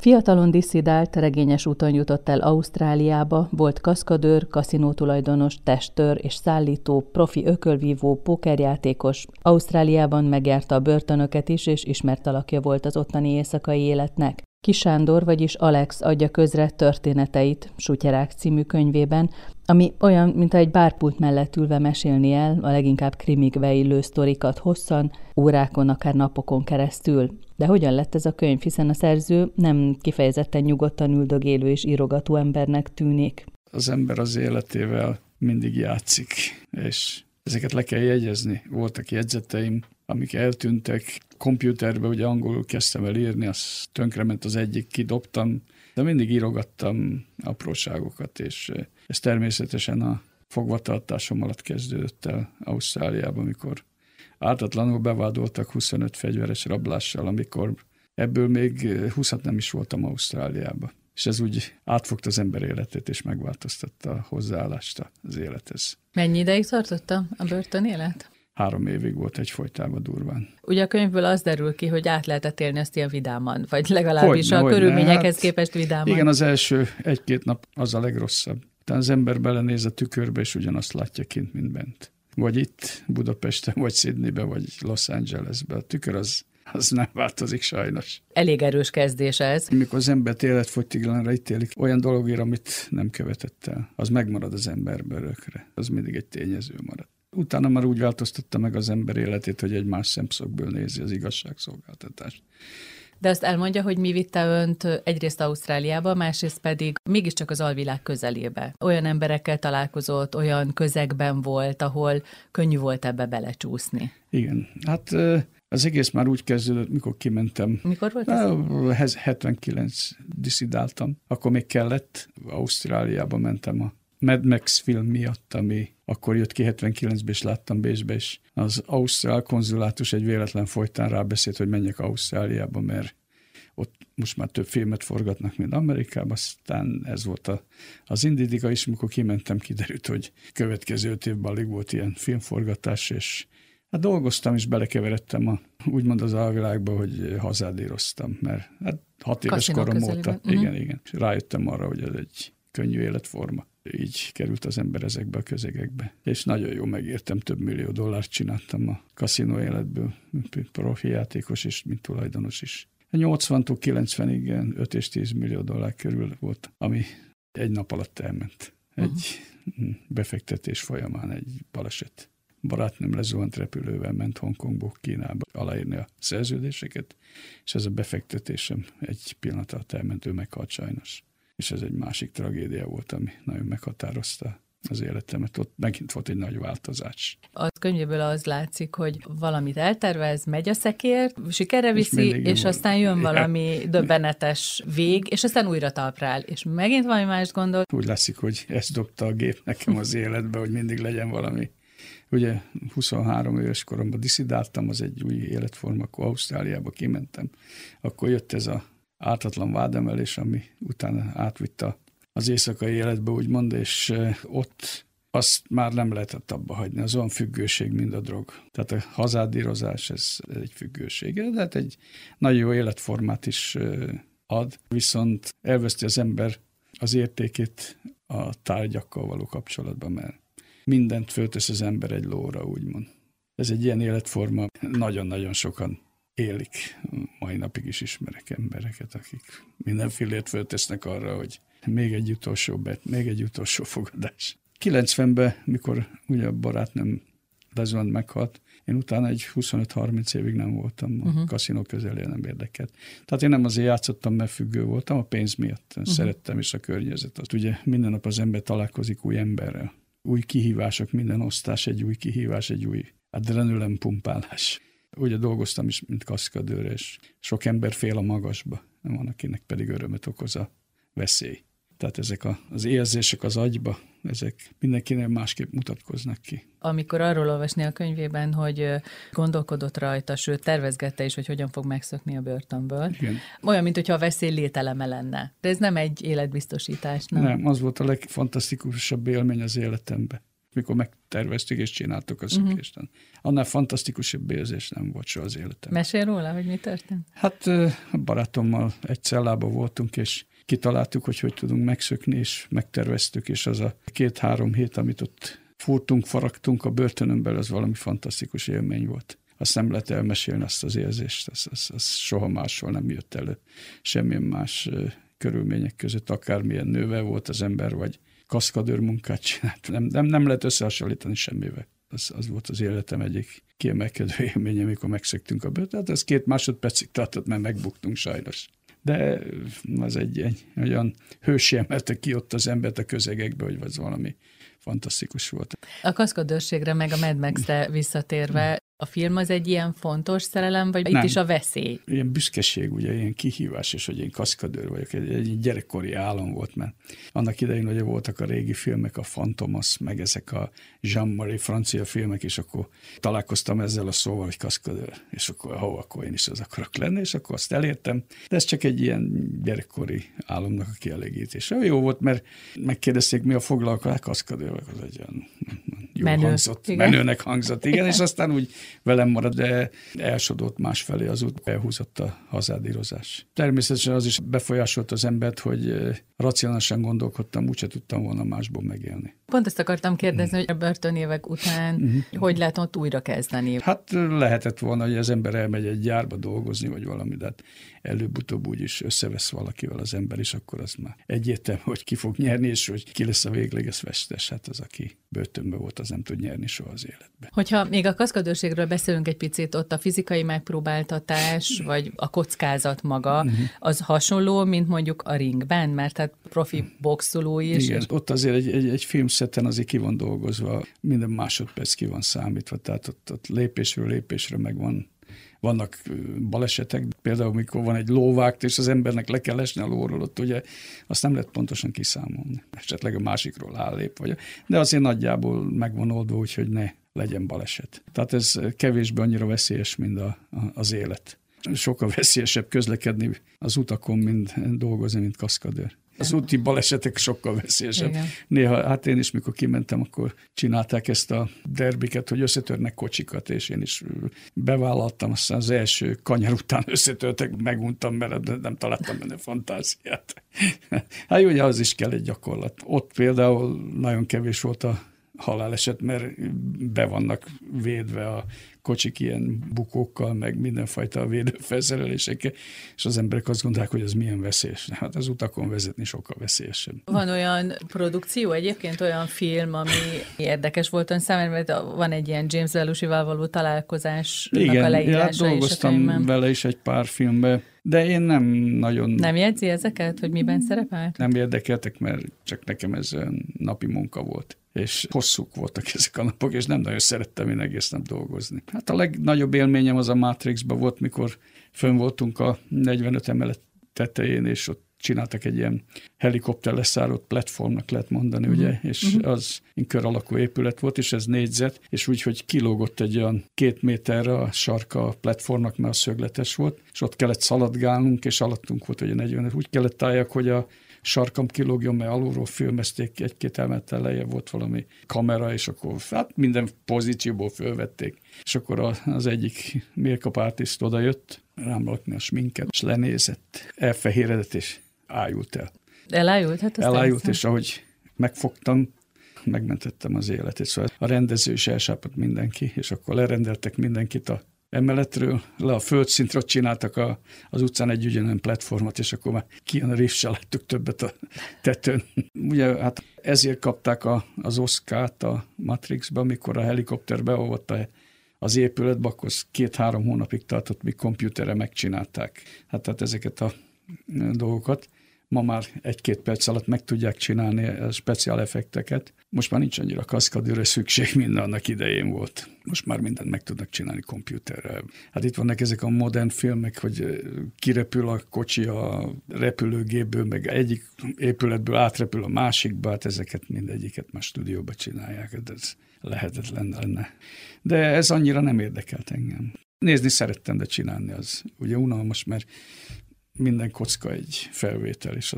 Fiatalon disszidált, regényes úton jutott el Ausztráliába, volt kaszkadőr, kaszinótulajdonos, testőr és szállító, profi ökölvívó, pókerjátékos. Ausztráliában megjárta a börtönöket is, és ismert alakja volt az ottani éjszakai életnek. Kis Sándor, vagyis Alex adja közre történeteit Sutyerák című könyvében, ami olyan, mintha egy bárpult mellett ülve mesélni el a leginkább krimikbe illő sztorikat hosszan, órákon, akár napokon keresztül. De hogyan lett ez a könyv, hiszen a szerző nem kifejezetten nyugodtan üldögélő és írogató embernek tűnik. Az ember az életével mindig játszik, és ezeket le kell jegyezni. Voltak jegyzeteim, amik eltűntek. Kompjúterbe ugye angolul kezdtem el írni, az tönkrement az egyik, kidobtam, de mindig írogattam apróságokat, és ez természetesen a fogvatartásom alatt kezdődött el Ausztráliában, amikor ártatlanul bevádoltak 25 fegyveres rablással, amikor ebből még 20 nem is voltam Ausztráliában. És ez úgy átfogta az ember életét, és megváltoztatta a hozzáállást az élethez. Mennyi ideig tartotta a börtön élet? 3 évig volt egyfolytában durván. Ugye a könyvből az derül ki, hogy át lehetett élni ezt ilyen vidáman, vagy legalábbis a körülményekhez képest vidáman. Igen, az első 1-2 nap az a legrosszabb. Tehát az ember belenéz a tükörbe, és ugyanazt látja kint, mint bent. Vagy itt, Budapesten, vagy Sydneybe, vagy Los Angelesbe. A tükör az nem változik sajnos. Elég erős kezdés ez. Amikor az embert életfogytiglanra ítélik olyan dologért, amit nem követett el, az megmarad az emberből örökre. Az mindig egy tényező marad. Utána már úgy változtatta meg az ember életét, hogy egy más szemszögből nézi az igazságszolgáltatást. De azt elmondja, hogy mi vitte önt egyrészt Ausztráliába, másrészt pedig mégiscsak az alvilág közelébe. Olyan emberekkel találkozott, olyan közegben volt, ahol könnyű volt ebbe belecsúszni. Igen, hát az egész már úgy kezdődött, mikor kimentem. Mikor volt ez? 79 diszidáltam. Akkor még kellett, Ausztráliába mentem a Mad Max film miatt, ami akkor jött ki 79-ben, és láttam Bécsbe, és az ausztrál konzulátus egy véletlen folytán rábeszélt, hogy menjek Ausztráliába, mert ott most már több filmet forgatnak, mint Amerikában, aztán ez volt az indítika is, amikor kimentem, kiderült, hogy következő 5 évben alig volt ilyen filmforgatás, és hát dolgoztam, és belekeveredtem úgymond az alvilágba, hogy hazádíroztam, mert hát 6 éves korom óta. Igen. És rájöttem arra, hogy ez egy könnyű életforma. Így került az ember ezekbe a közegekbe. És nagyon jó megértem, több millió dollárt csináltam a kaszinó életből, profi játékos is, mint tulajdonos is. 80-tól 90-ig 5 és 10 millió dollár körül volt, ami egy nap alatt elment. Egy befektetés folyamán, egy baleset. Barátnőm lezuhant repülővel, ment Hongkongból Kínába aláírni a szerződéseket, és ez a befektetésem egy pillanat alatt elment, ő meghalt sajnos. És ez egy másik tragédia volt, ami nagyon meghatározta az életemet. Ott megint volt egy nagy változás. A könyvéből az látszik, hogy valamit eltervez, megy a szekér, sikerre viszi, és aztán jön valami döbbenetes vég, és aztán újra talpra áll, és megint valami mást gondol. Úgy látszik, hogy ezt dobta a gép nekem az életbe, hogy mindig legyen valami. Ugye 23 éves koromban diszidáltam, az egy új életforma, akkor Ausztráliába kimentem. Akkor jött ez a ártatlan vádemelés, ami utána átvitte az éjszakai életbe, úgymond, és ott azt már nem lehetett abba hagyni. Az olyan függőség, mint a drog. Tehát a hazádírozás, ez egy függőség. De hát egy nagyon jó életformát is ad, viszont elveszti az ember az értékét a tárgyakkal való kapcsolatban, mert mindent föltesz az ember egy lóra, úgymond. Ez egy ilyen életforma, nagyon-nagyon sokan élik. Mai napig is ismerek embereket, akik mindenfélét föltesznek arra, hogy még egy utolsó bet, még egy utolsó fogadás. 90-ben, mikor ugye a barátnőm lezuhant, meghalt, én utána egy 25-30 évig nem voltam a kaszinó közelében, nem érdekelt. Tehát én nem azért játszottam, mert függő voltam, a pénz miatt szerettem is a környezetet. Ugye minden nap az ember találkozik új emberrel. Új kihívások, minden osztás egy új kihívás, egy új adrenalin pumpálás. Ugye dolgoztam is, mint kaszkadőr, és sok ember fél a magasba, van, akinek pedig örömet okoz a veszély. Tehát ezek az érzések az agyba, ezek mindenkinek másképp mutatkoznak ki. Amikor arról olvasni a könyvében, hogy gondolkodott rajta, sőt tervezgette is, hogy hogyan fog megszökni a börtönből, igen. Olyan, mintha a veszély lételeme lenne. De ez nem egy életbiztosítás, nem? Nem, az volt a legfantasztikusabb élmény az életemben. mikor megterveztük és csináltuk a szökést. Annál fantasztikusabb érzés nem volt soha az életem. Mesél róla, hogy mi történt? Hát a barátommal egy cellában voltunk, és kitaláltuk, hogy tudunk megszökni, és megterveztük, és az a 2-3 hét, amit ott furtunk, faragtunk a börtönön belül, az valami fantasztikus élmény volt. Azt nem lehet elmesélni, azt az érzést, az soha máshol nem jött elő. Semmilyen más körülmények között, akármilyen nővel volt az ember, vagy kaszkadőr munkát csinált. Nem lehet összehasonlítani semmivel. Az volt az életem egyik kiemelkedő élménye, amikor megszöktünk a börtönt. Ez 2 másodpercig tartott, mert megbuktunk sajnos. De az egy olyan hősi emelte ki ott az embert a közegekbe, hogy az valami fantasztikus volt. A kaszkadőrségre meg a Mad Max-re visszatérve, a film az egy ilyen fontos szerelem, vagy nem. Itt is a veszély? Ilyen büszkeség, ugye, ilyen kihívás, és hogy én kaszkadőr vagyok. Egy gyerekkori álom volt, mert annak idején ugye voltak a régi filmek, a Fantomas, meg ezek a Jean-Marie francia filmek, és akkor találkoztam ezzel a szóval, hogy kaszkadőr, és akkor én is az akarok lenni, és akkor azt elértem. De ez csak egy ilyen gyerekkori álomnak a kielégítése. Jó volt, mert megkérdezték, mi a foglalkozás, kaszkadőr, az egy olyan jó hangzott, menőnek hangzott, igen, és aztán úgy velem marad, de elsodott másfelé az út, elhúzott a hazádírozás. Természetesen az is befolyásolt az embert, hogy racionálisan gondolkodtam, úgyse tudtam volna másból megélni. Pont ezt akartam kérdezni, hogy a börtönévek után hogy lehet ott újra kezdeni? Hát lehetett volna, hogy az ember elmegy egy gyárba dolgozni, vagy valami, de hát előbb-utóbb úgyis összevesz valakivel az ember, és akkor az már egyértelmű, hogy ki fog nyerni, és hogy ki lesz a végleges vesztes. Hát az, aki börtönben volt, az nem tud nyerni soha az életben. Hogyha még a kaszkadőrségről beszélünk egy picit, ott a fizikai megpróbáltatás, vagy a kockázat maga, az hasonló, mint mondjuk a ringben, mert hát profi boxoló is. Igen, ott azért egy filmszeten azért ki van dolgozva, minden másodperc ki van számítva, tehát ott lépésről lépésre vannak balesetek, például mikor van egy lóvágt, és az embernek le kell esni a lóról, ott ugye azt nem lehet pontosan kiszámolni. Esetleg a másikról állép, de azért nagyjából meg van oldva, úgyhogy ne legyen baleset. Tehát ez kevésbé annyira veszélyes, mint az élet. Sokkal veszélyesebb közlekedni az utakon, mint dolgozni, mint kaszkadőr. Az úti balesetek sokkal veszélyesebb. Igen. Néha, hát én is, mikor kimentem, akkor csinálták ezt a derbiket, hogy összetörnek kocsikat, és én is bevállaltam, aztán az első kanyar után összetörtek, meguntam, mert nem találtam benne fantáziát. Hát ugye az is kell egy gyakorlat. Ott például nagyon kevés volt a haláleset, mert be vannak védve a kocsik ilyen bukókkal, meg mindenfajta védőfelszerelésekkel, és az emberek azt gondolják, hogy ez milyen veszélyes. Hát az utakon vezetni sokkal veszélyesebb. Van olyan produkció, egyébként olyan film, ami érdekes volt ön számára, mert van egy ilyen James Belushival való találkozásnak a leírása is a dolgoztam vele is egy pár filmbe, de én nem nagyon... Nem jegyzi ezeket, hogy miben szerepelt? Nem érdekeltek, mert csak nekem ez napi munka volt. És hosszúk voltak ezek a napok, és nem nagyon szerettem én egész nap dolgozni. Hát a legnagyobb élményem az a Matrixban volt, mikor fönn voltunk a 45 emelet tetején, és ott csináltak egy ilyen helikopter leszállott platformnak, lehet mondani, ugye, és az kör alakú épület volt, és ez négyzet, és úgy, hogy kilógott egy olyan 2 méterre a sarka a platformnak, mert a szögletes volt, és ott kellett szaladgálnunk, és alattunk volt ugye 45, úgy kellett álljak, hogy a sarkam kilógjon, mert alulról filmezték, 1-2 emelettel lejjebb volt valami kamera, és akkor hát minden pozícióból fölvették. És akkor az egyik make-up artist odajött, rám rakni a sminket, és lenézett, elfehéredett, és ájult el. Elájult? Hát elájult, és ahogy megfogtam, megmentettem az életét. Szóval a rendező is elsápadt mindenki, és akkor lerendeltek mindenkit a emeletről, le a földszintről csináltak az utcán egy ugyanolyan platformot, és akkor már kijön a riff, se láttuk többet a tetőn. Ugye hát ezért kapták az Oscart a Matrixba, amikor a helikopter beolvadt az épületbe, akkor 2-3 hónapig tartott, míg kompjúterre megcsinálták. Hát ezeket a dolgokat. Ma már 1-2 perc alatt meg tudják csinálni a speciál effekteket. Most már nincs annyira kaszkadőrre szükség, mint annak idején volt. Most már mindent meg tudnak csinálni kompjúterrel. Hát itt vannak ezek a modern filmek, hogy kirepül a kocsi a repülőgépből, meg egyik épületből átrepül a másikba, hát ezeket mindegyiket már stúdióba csinálják, de ez lehetetlen lenne. De ez annyira nem érdekelt engem. Nézni szerettem, de csinálni az ugye unalmas, mert minden kocka egy felvétel, és azt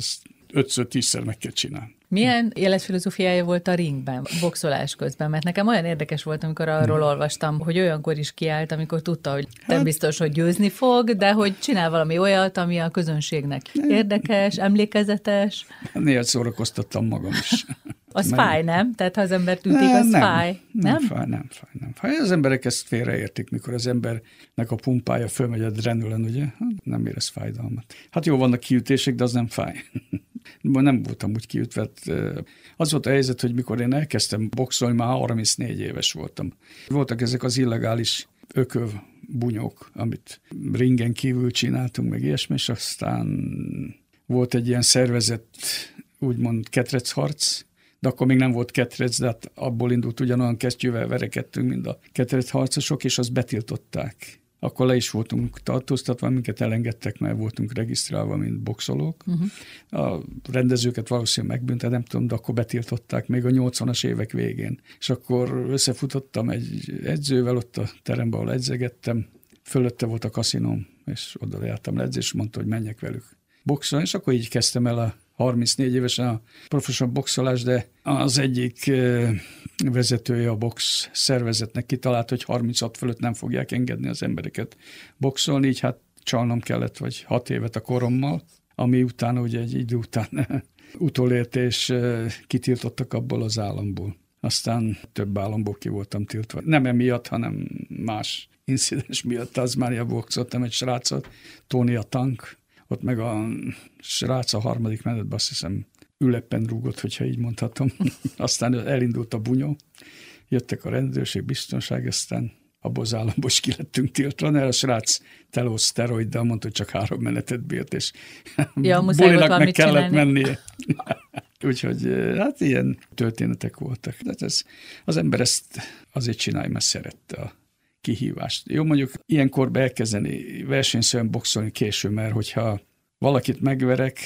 5-10-szer meg kell csinálni. Milyen életfilozófiája volt a ringben, boxolás közben? Mert nekem olyan érdekes volt, amikor arról olvastam, hogy olyankor is kiállt, amikor tudta, hogy nem biztos, hogy győzni fog, de hogy csinál valami olyat, ami a közönségnek érdekes, emlékezetes. Néha szórakoztattam magam is. Az fáj, nem? Tehát ha az embert ütik, az fáj. Nem fáj. Az emberek ezt félreértik, mikor az embernek a pumpája fölmegy a drenülen, ugye? Nem érez fájdalmat. Hát jó, vannak kiütések, de az nem fáj. Nem voltam úgy kiütve. Az volt a helyzet, hogy mikor én elkezdtem boxolni, már 34 éves voltam. Voltak ezek az illegális ökölbunyók, amit ringen kívül csináltunk, meg ilyesmi, és aztán volt egy ilyen szervezett, úgymond ketrecharc, de akkor még nem volt ketrec, de hát abból indult, ugyanolyan kesztyűvel verekedtünk, mint a ketrecharcosok, és azt betiltották. Akkor le is voltunk tartóztatva, minket elengedtek, mert voltunk regisztrálva, mint boxolók. A rendezőket valószínűleg megbüntet, nem tudom, de akkor betiltották még a 80-as évek végén. És akkor összefutottam egy edzővel ott a teremben, ahol edzegettem. Fölötte volt a kaszinóm, és oda jártam le edzés, és mondta, hogy menjek velük boxolni, és akkor így kezdtem el a 34 évesen a professzionál boxolás, de az egyik vezetője a box szervezetnek kitalált, hogy 36 fölött nem fogják engedni az embereket boxolni, így hát csalnom kellett, vagy 6 évet a korommal, ami utána ugye egy idő után utolért, és kitiltottak abból az államból. Aztán több államból ki voltam tiltva. Nem emiatt, hanem más incidens miatt. Tasmania boxoltam egy srácot, Tony a Tank, ott meg a srác a harmadik menetben azt hiszem üleppen rúgott, hogyha így mondhatom. Aztán elindult a bunyó, jöttek a rendőrség, biztonság, aztán abból az államból is ki lettünk tiltva, mert a srác teló szteroiddal mondta, hogy csak 3 menetet bírt, és bulinak meg kellett mennie. Úgyhogy hát ilyen történetek voltak. De az ember ezt azért csinálja, mert szerette a kihívást. Jó, mondjuk ilyenkor elkezdeni versenyszerűen boxolni késő, mert hogyha valakit megverek,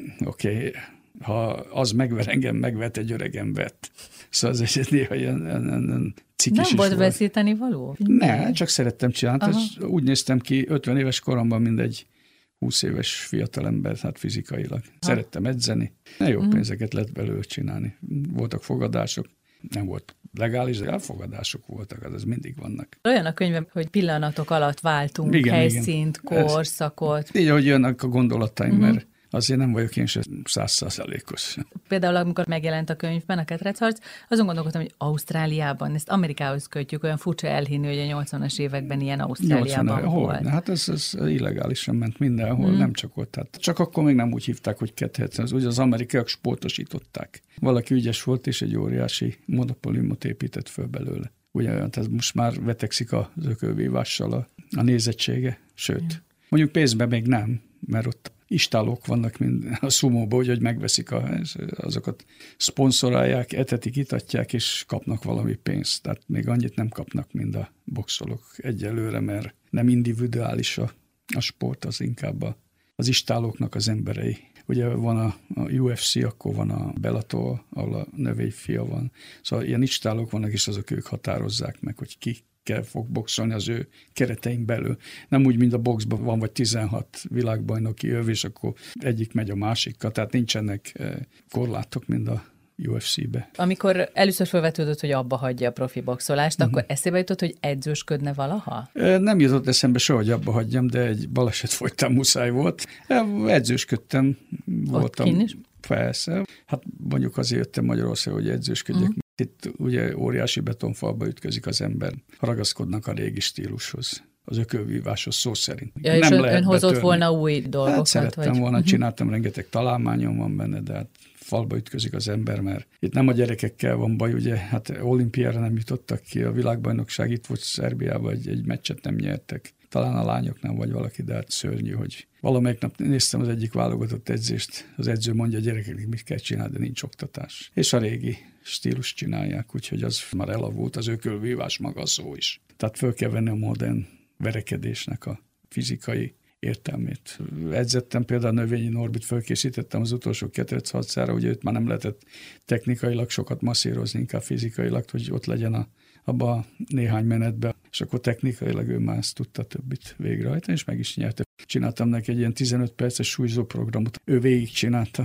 oké, ha az megver engem, megvet egy öreg embert. Szóval ez egy néha ilyen cikis nem volt veszíteni való? Ne, csak szerettem csinálni. Úgy néztem ki 50 éves koromban, mint egy 20 éves fiatalember, hát fizikailag. Szerettem edzeni. Jó pénzeket lett belőle csinálni. Voltak fogadások, nem volt legális, de elfogadások voltak, az mindig vannak. Olyan a könyvem, hogy pillanatok alatt váltunk, igen, helyszínt, igen. Korszakot. Így, ahogy jönnek a gondolataim, mert azért nem vagyok én sem 100%-os. Például, amikor megjelent a könyvben a ketrecharc, azon gondolkodtam, hogy Ausztráliában, ezt Amerikához kötjük, olyan furcsa elhinni, hogy a 80-as években ilyen Ausztráliában volt. Hát ez illegálisan ment mindenhol, nem csak ott. Hát csak akkor még nem úgy hívták, hogy ketrecharc. Ugye az amerikaiak sportosították. Valaki ügyes volt, és egy óriási monopóliumot épített föl belőle. Ugye, tehát most már vetekszik az ökölvívással a nézettsége, sőt. Mondjuk pénzben még nem, mert ott istálók vannak, mint a szumóban, hogy megveszik azokat, szponzorálják, etetik, itatják, és kapnak valami pénzt. Tehát még annyit nem kapnak, mint a boxolók egyelőre, mert nem individuális a sport, az inkább az istálóknak az emberei. Ugye van a UFC, akkor van a Bellator, ahol a növényfia van. Szóval ilyen istálók vannak, és azok ők határozzák meg, hogy ki fog boxolni az ő kereteink belül. Nem úgy, mint a boxban van, vagy 16 világbajnoki öv, és akkor egyik megy a másikkal, tehát nincsenek korlátok, mint a UFC-be. Amikor először felvetődött, hogy abba hagyja a profi boxolást, akkor eszébe jutott, hogy edzősködne valaha? Nem jutott eszembe soha, hogy abba hagyjam, de egy baleset folytán muszáj volt. Edzősködtem, voltam. Ott is? Persze. Hát mondjuk azért jöttem Magyarországra, hogy edzősködjek. Itt ugye óriási betonfalba ütközik az ember. Ragaszkodnak a régi stílushoz, az ökölvíváshoz szó szerint. Ja, nem és ön hozott betörni. Volna új dolgokat? Hát szerettem volna, csináltam, rengeteg találmányom van benne, de hát falba ütközik az ember, mert itt nem a gyerekekkel van baj, ugye, hát olimpiára nem jutottak ki, a világbajnokság itt volt Szerbiában, egy meccset nem nyertek. Talán a lányok nem, vagy valaki, de hát szörnyű, hogy valamelyik nap néztem az egyik válogatott edzést, az edző mondja a gyerekeknek, mit kell csinálni, de nincs oktatás. És a régi stílus csinálják, úgyhogy az már elavult, az ökölvívás maga a szó is. Tehát föl kell venni a modern verekedésnek a fizikai értelmét. Edzettem például Növényi Norbit, fölkészítettem az utolsó ketrecharcára, ugye őt már nem lehetett technikailag sokat masszírozni, inkább fizikailag, hogy ott legyen abba a néhány menetben, és akkor technikailag ő már ezt tudta többit végrehajtani, és meg is nyerte. Csináltam neki egy ilyen 15 perces súlyzó programot, ő végig csinálta.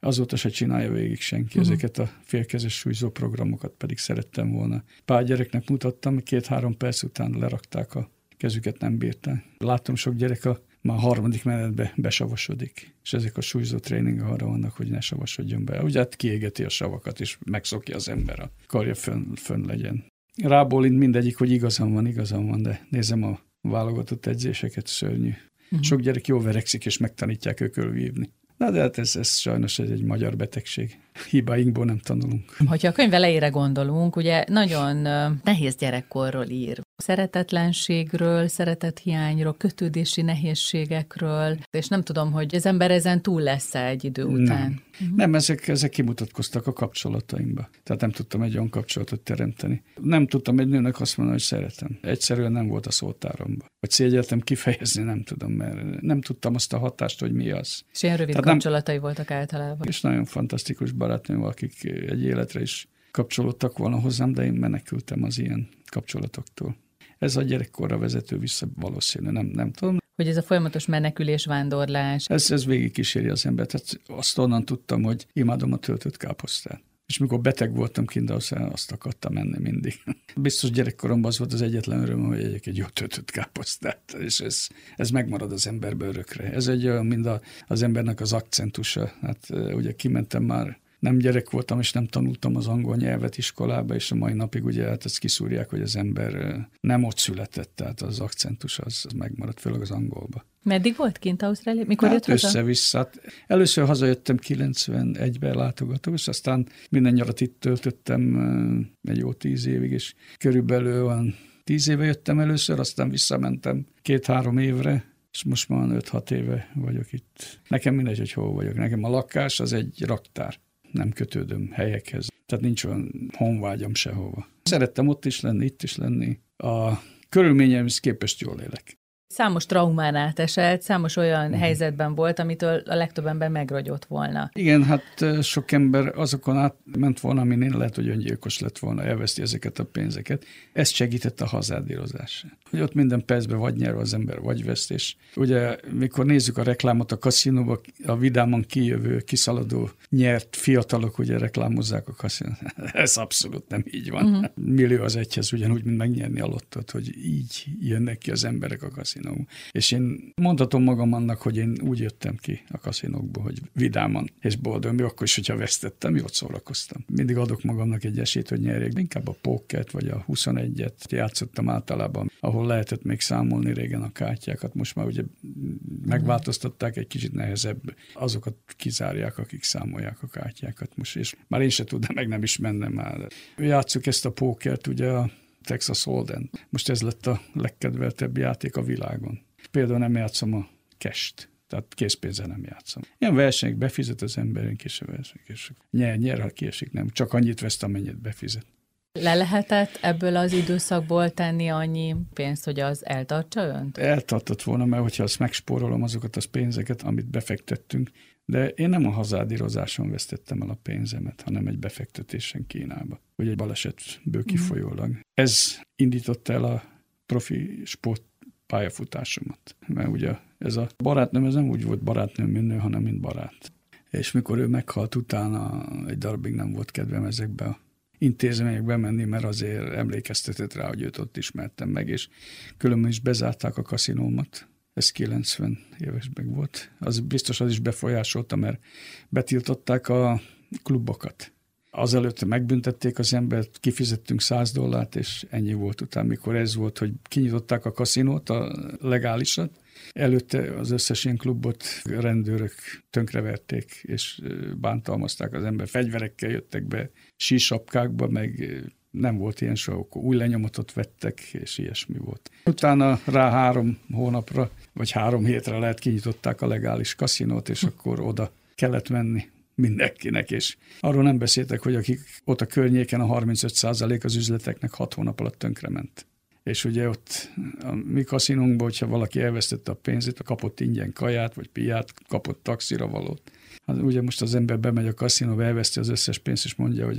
Azóta se csinálja végig senki. Ezeket a félkezes súlyzó programokat pedig szerettem volna. Pár gyereknek mutattam, 2-3 perc után lerakták a kezüket, nem bírták. Látom, sok gyerek már a 3. menetbe besavasodik. És ezek a súlyzó tréning arra vannak, hogy ne savasodjon be. Ugye hát kiégeti a savakat, és megszokja az ember, a karja fönn legyen. Rábólint mindegyik, hogy igazam van, de nézem a válogatott edzéseket, szörnyű. Sok gyerek jól verekszik, és megtanítják ökölvívni. Na de hát ez sajnos egy magyar betegség. Hibáinkból nem tanulunk. Hogyha a könyv elejére gondolunk, ugye nagyon nehéz gyerekkorról ír. Szeretetlenségről, szeretethiányról, kötődési nehézségekről, és nem tudom, hogy az ember ezen túl lesz-e egy idő után. Nem, ezek kimutatkoztak a kapcsolataimba. Tehát nem tudtam egy olyan kapcsolatot teremteni. Nem tudtam egy nőnek azt mondani, hogy szeretem. Egyszerűen nem volt a szótáromban. Vagy szégyeltem kifejezni, nem tudom, mert nem tudtam azt a hatást, hogy mi az. És ilyen rövid kapcsolatai voltak általában. És nagyon fantasztikus barátnőm, akik egy életre is kapcsolódtak volna hozzám, de én menekültem az ilyen kapcsolatoktól. Ez a gyerekkorra vezető vissza valószínű, nem tudom. Hogy ez a folyamatos menekülés, vándorlás. Ez végig kíséri az embert. Tehát azt onnan tudtam, hogy imádom a töltött káposztát. És mikor beteg voltam kint, azt akartam menni mindig. Biztos gyerekkoromban az volt az egyetlen öröm, hogy egyek egy jó töltött káposztát. És ez megmarad az emberből örökre. Ez egy olyan, mint az embernek az akcentusa. Hát ugye kimentem már, nem gyerek voltam, és nem tanultam az angol nyelvet iskolába, és a mai napig ugye hát ezt kiszúrják, hogy az ember nem ott született, tehát az akcentus az megmaradt, főleg az angolba. Meddig volt kint Ausztrália? Mikor jött haza? Össze-vissza. Először hazajöttem 91-ben látogató, és aztán minden nyarat itt töltöttem egy jó 10 évig, és körülbelül olyan 10 éve jöttem először, aztán visszamentem 2-3 évre, és most már 5-6 éve vagyok itt. Nekem mindegy, hogy hol vagyok. Nekem a lakás az egy raktár. Nem kötődöm helyekhez. Tehát nincs olyan honvágyam sehova. Szerettem ott is lenni, itt is lenni. A körülményeimhez képest jól élek. Számos traumán átesett, számos olyan helyzetben volt, amitől a legtöbb ember megragyott volna. Igen, hát sok ember azokon átment volna, amin lehet, hogy öngyilkos lett volna, elveszti ezeket a pénzeket. Ez segített a hazádírozásra. Hogy ott minden percben vagy nyer az ember, vagy veszt. És ugye, mikor nézzük a reklámot a kaszinóba, a vidáman kijövő, kiszaladó, nyert fiatalok ugye reklámozzák a kaszinót. Ez abszolút nem így van. Millió az egyhez, ugyanúgy, mint megnyerni a lottót, hogy így jönnek ki az emberek a kaszinóba. És én mondhatom magam annak, hogy én úgy jöttem ki a kaszinókból, hogy vidáman és boldog, akkor is, hogyha vesztettem, jót szórakoztam. Mindig adok magamnak egy esélyt, hogy nyerjek. Inkább a pókert vagy a 21-et játszottam általában, ahol lehetett még számolni régen a kártyákat. Most már ugye megváltoztatták, egy kicsit nehezebb. Azokat kizárják, akik számolják a kártyákat most. És már én se tudnám, meg nem is mennem már. Játsszuk ezt a pókert, ugye a Texas Hold'em. Most ez lett a legkedveltebb játék a világon. Például nem játszom a cash-t, tehát készpénzzel nem játszom. Ilyen versenyek befizet az emberünk, és a versenyek, és nyer, ha kiesik, nem. Csak annyit veszt, amennyit befizet. Le lehetett ebből az időszakból tenni annyi pénzt, hogy az eltartsa önt? Eltartott volna, mert hogyha azt megspórolom azokat az pénzeket, amit befektettünk, de én nem a hazádírozáson vesztettem el a pénzemet, hanem egy befektetésen Kínába, vagy egy balesetből kifolyólag. Ez indította el a profi sport pályafutásomat. Mert ugye ez a barátnőm, ez nem úgy volt barátnőm, mint nő, hanem mint barát. És mikor ő meghalt, utána egy darabig nem volt kedvem ezekbe a intézményekbe menni, mert azért emlékeztetett rá, hogy őt ott ismertem meg, és különben is bezárták a kaszinómat. Ez 90 éves meg volt. Az biztos az is befolyásolta, mert betiltották a klubokat. Azelőtt megbüntették az embert, kifizettünk $100, és ennyi volt utána, mikor ez volt, hogy kinyitották a kaszinót, a legálisat. Előtte az összes ilyen klubot rendőrök tönkreverték, és bántalmazták az ember. Fegyverekkel jöttek be, sísapkákba, meg nem volt ilyen soha, akkor új lenyomatot vettek, és ilyesmi volt. Utána rá 3 hónapra, vagy 3 hétre lehet kinyitották a legális kaszinót, és akkor oda kellett menni mindenkinek, és arról nem beszéltek, hogy akik ott a környéken a 35% az üzleteknek 6 hónap alatt tönkrement. És ugye ott a mi kaszinónkban, hogyha valaki elvesztette a pénzét, kapott ingyen kaját, vagy piát, kapott taxira valót. Hát ugye most az ember bemegy a kaszinóba, elveszti az összes pénzt, és mondja, hogy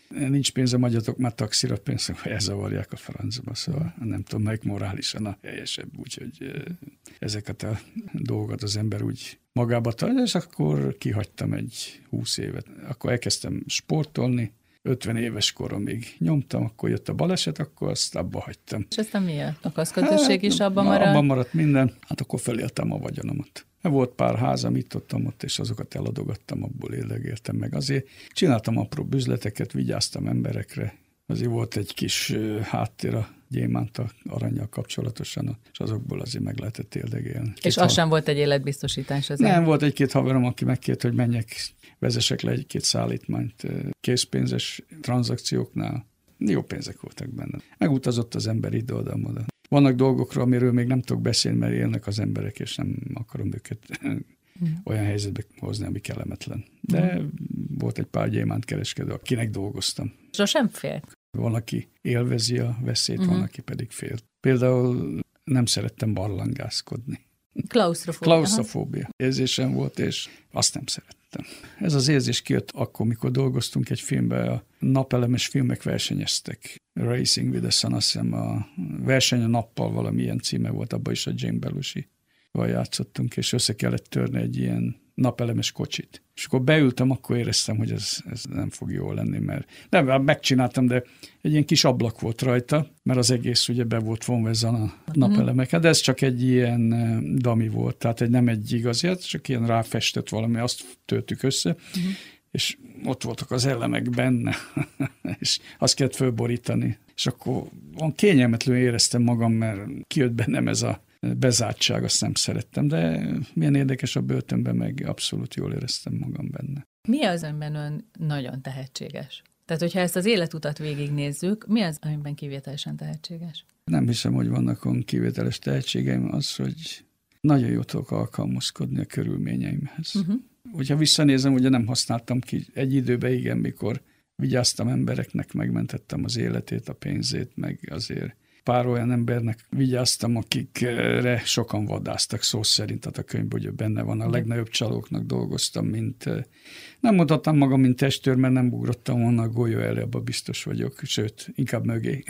nincs pénzem, adjatok már taxira pénzt, hogy elzavarják a francba, szóval nem tudom, melyik morálisan a helyesebb, úgyhogy ezeket a dolgokat az ember úgy magába tartja, és akkor kihagytam egy 20 évet. Akkor elkezdtem sportolni, 50 éves koromig nyomtam, akkor jött a baleset, akkor azt abba hagytam. És aztán miért? A kaszkadőrség is abban maradt? Abban maradt minden, hát akkor feléltem a vagyonomat. Volt pár házam itt-ott, és azokat eladogattam, abból éldegéltem meg. Azért csináltam apró üzleteket, vigyáztam emberekre. Azért volt egy kis háttér a gyémánta arannyal kapcsolatosan, és azokból azért meg lehetett éldegélni. És az sem volt egy életbiztosítás azért? Nem, volt egy-két haverom, aki megkért, hogy menjek, vezessek le egy-két szállítmányt készpénzes tranzakcióknál. Jó pénzek voltak benne. Megutazott az ember ide-oda-oda. Vannak dolgokról, amiről még nem tudok beszélni, mert élnek az emberek, és nem akarom őket olyan helyzetbe hozni, ami kellemetlen. De volt egy pár gyémántkereskedő, akinek dolgoztam. Sosem fél? Van, aki élvezi a veszélyt, van, aki pedig fél. Például nem szerettem barlangászkodni. Klausztrofóbia érzésem volt, és azt nem szerettem. Ez az érzés kijött akkor, mikor dolgoztunk egy filmben, a napelemes filmek versenyeztek. Racing with the Sun, azt hiszem a verseny a nappal valamilyen címe volt, abban is a Jane Belushi-val játszottunk, és össze kellett törni egy ilyen napelemes kocsit. És akkor beültem, akkor éreztem, hogy ez nem fog jól lenni, mert nem, megcsináltam, de egy ilyen kis ablak volt rajta, mert az egész ugye be volt vonva ezen a napelemeket, de ez csak egy ilyen dami volt, tehát nem egy igazi, csak ilyen ráfestett valami, azt töltük össze, és ott voltak az elemek benne, és azt kellett fölborítani. És akkor kényelmetlenül éreztem magam, mert kijött bennem ez a bezártság, azt nem szerettem, de milyen érdekes, a börtönben meg abszolút jól éreztem magam benne. Mi az, amiben ön nagyon tehetséges? Tehát, hogyha ezt az életutat végignézzük, mi az, amiben kivételesen tehetséges? Nem hiszem, hogy vannak olyan kivételes tehetségeim, az, hogy nagyon jól tudok alkalmazkodni a körülményeimhez. Hogyha visszanézem, ugye nem használtam ki egy időben, igen, mikor vigyáztam embereknek, megmentettem az életét, a pénzét, meg azért pár olyan embernek vigyáztam, akikre sokan vaddáztak szó szerint, tehát a könyvben ugye benne van, a legnagyobb csalóknak dolgoztam, nem mutattam magam, mint testőr, mert nem ugrottam volna a golyó elé, abban biztos vagyok, sőt, inkább mögé.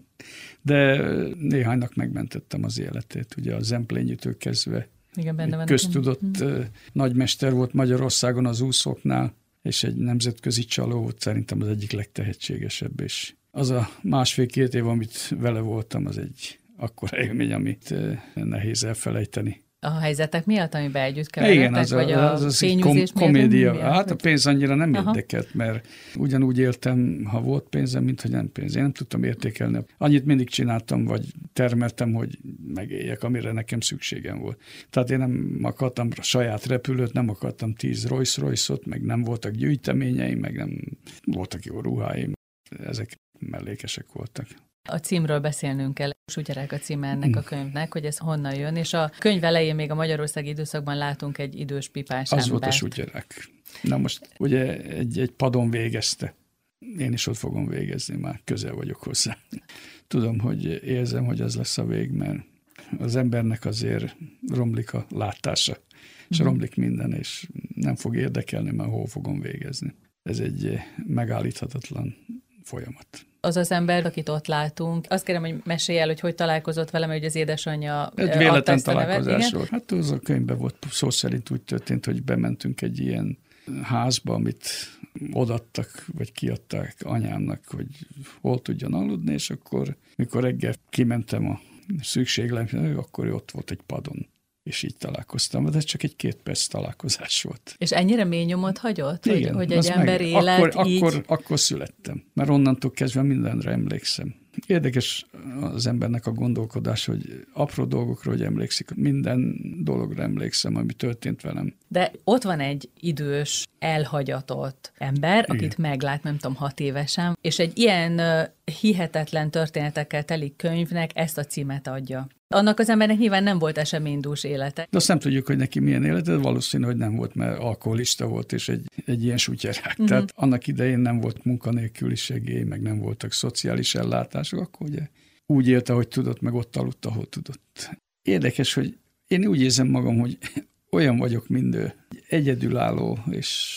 De néhánynak megmentettem az életét, ugye a Zemplényitől kezdve. Igen, benne van. Köztudott nagymester volt Magyarországon az úszóknál, és egy nemzetközi csaló volt, szerintem az egyik legtehetségesebb, és az a 1,5-2 év, amit vele voltam, az egy akkora élmény, amit nehéz elfelejteni. A helyzetek miatt, amiben együtt keveredtek, vagy a fényűzés komédia. Miatt? Hát a pénz annyira nem érdekelt, mert ugyanúgy éltem, ha volt pénzem, mint hogy nem pénz. Én nem tudtam értékelni. Annyit mindig csináltam, vagy termeltem, hogy megéljek, amire nekem szükségem volt. Tehát én nem akartam saját repülőt, nem akartam 10 Rolls-Royce-ot, meg nem voltak gyűjteményeim, meg nem voltak jó ruháim. Ezek mellékesek voltak. A címről beszélnünk kell. Sutyerák a címe ennek a könyvnek, hogy ez honnan jön, és a könyv elején még a magyarországi időszakban látunk egy idős pipás embert. Az volt a Sutyerák. Na most ugye egy padon végezte. Én is ott fogom végezni, már közel vagyok hozzá. Tudom, hogy érzem, hogy az lesz a vég, mert az embernek azért romlik a látása, és romlik minden, és nem fog érdekelni, mert hol fogom végezni. Ez egy megállíthatatlan folyamat. Az az ember, akit ott látunk, azt kérem, hogy mesélj el, hogy találkozott vele, mert hogy az édesanyja adta ezt a nevet. Hát az a könyvben volt, szó szerint úgy történt, hogy bementünk egy ilyen házba, amit odaadtak, vagy kiadták anyámnak, hogy hol tudjon aludni, és akkor, mikor reggel kimentem a szükségletemre, akkor ott volt egy padon. És így találkoztam, de ez csak egy 2 perc találkozás volt. És ennyire mély nyomot hagyott, igen, hogy egy ember élet így? Akkor születtem, mert onnantól kezdve mindenre emlékszem. Érdekes az embernek a gondolkodás, hogy apró dolgokra, hogy emlékszik, minden dologra emlékszem, ami történt velem. De ott van egy idős, elhagyatott ember, akit meglát, nem tudom, 6 évesen, és egy ilyen hihetetlen történetekkel telik könyvnek ezt a címet adja. Annak az embernek nyilván nem volt eseménydús élete. De azt nem tudjuk, hogy neki milyen élete, de valószínű, hogy nem volt, mert alkoholista volt, és egy ilyen sutyerák. Tehát annak idején nem volt munkanélküli segély, meg nem voltak szociális ellátások, akkor ugye úgy élte, hogy tudott, meg ott aludt, ahol tudott. Érdekes, hogy én úgy érzem magam, hogy olyan vagyok, mint ő. Egyedülálló, és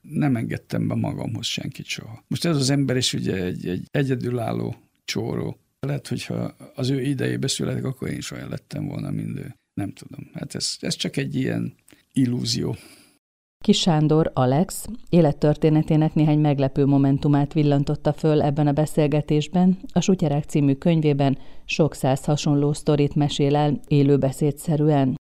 nem engedtem be magamhoz senkit soha. Most ez az ember is ugye egy egyedülálló csóró. Lehet, hogyha az ő idejébe születek, akkor én is olyan lettem volna, mint ő. Nem tudom. Hát ez csak egy ilyen illúzió. Kiss Sándor Alex élettörténetének néhány meglepő momentumát villantotta föl ebben a beszélgetésben. A Sutyerák című könyvében sok száz hasonló sztorit mesél el élőbeszédszerűen.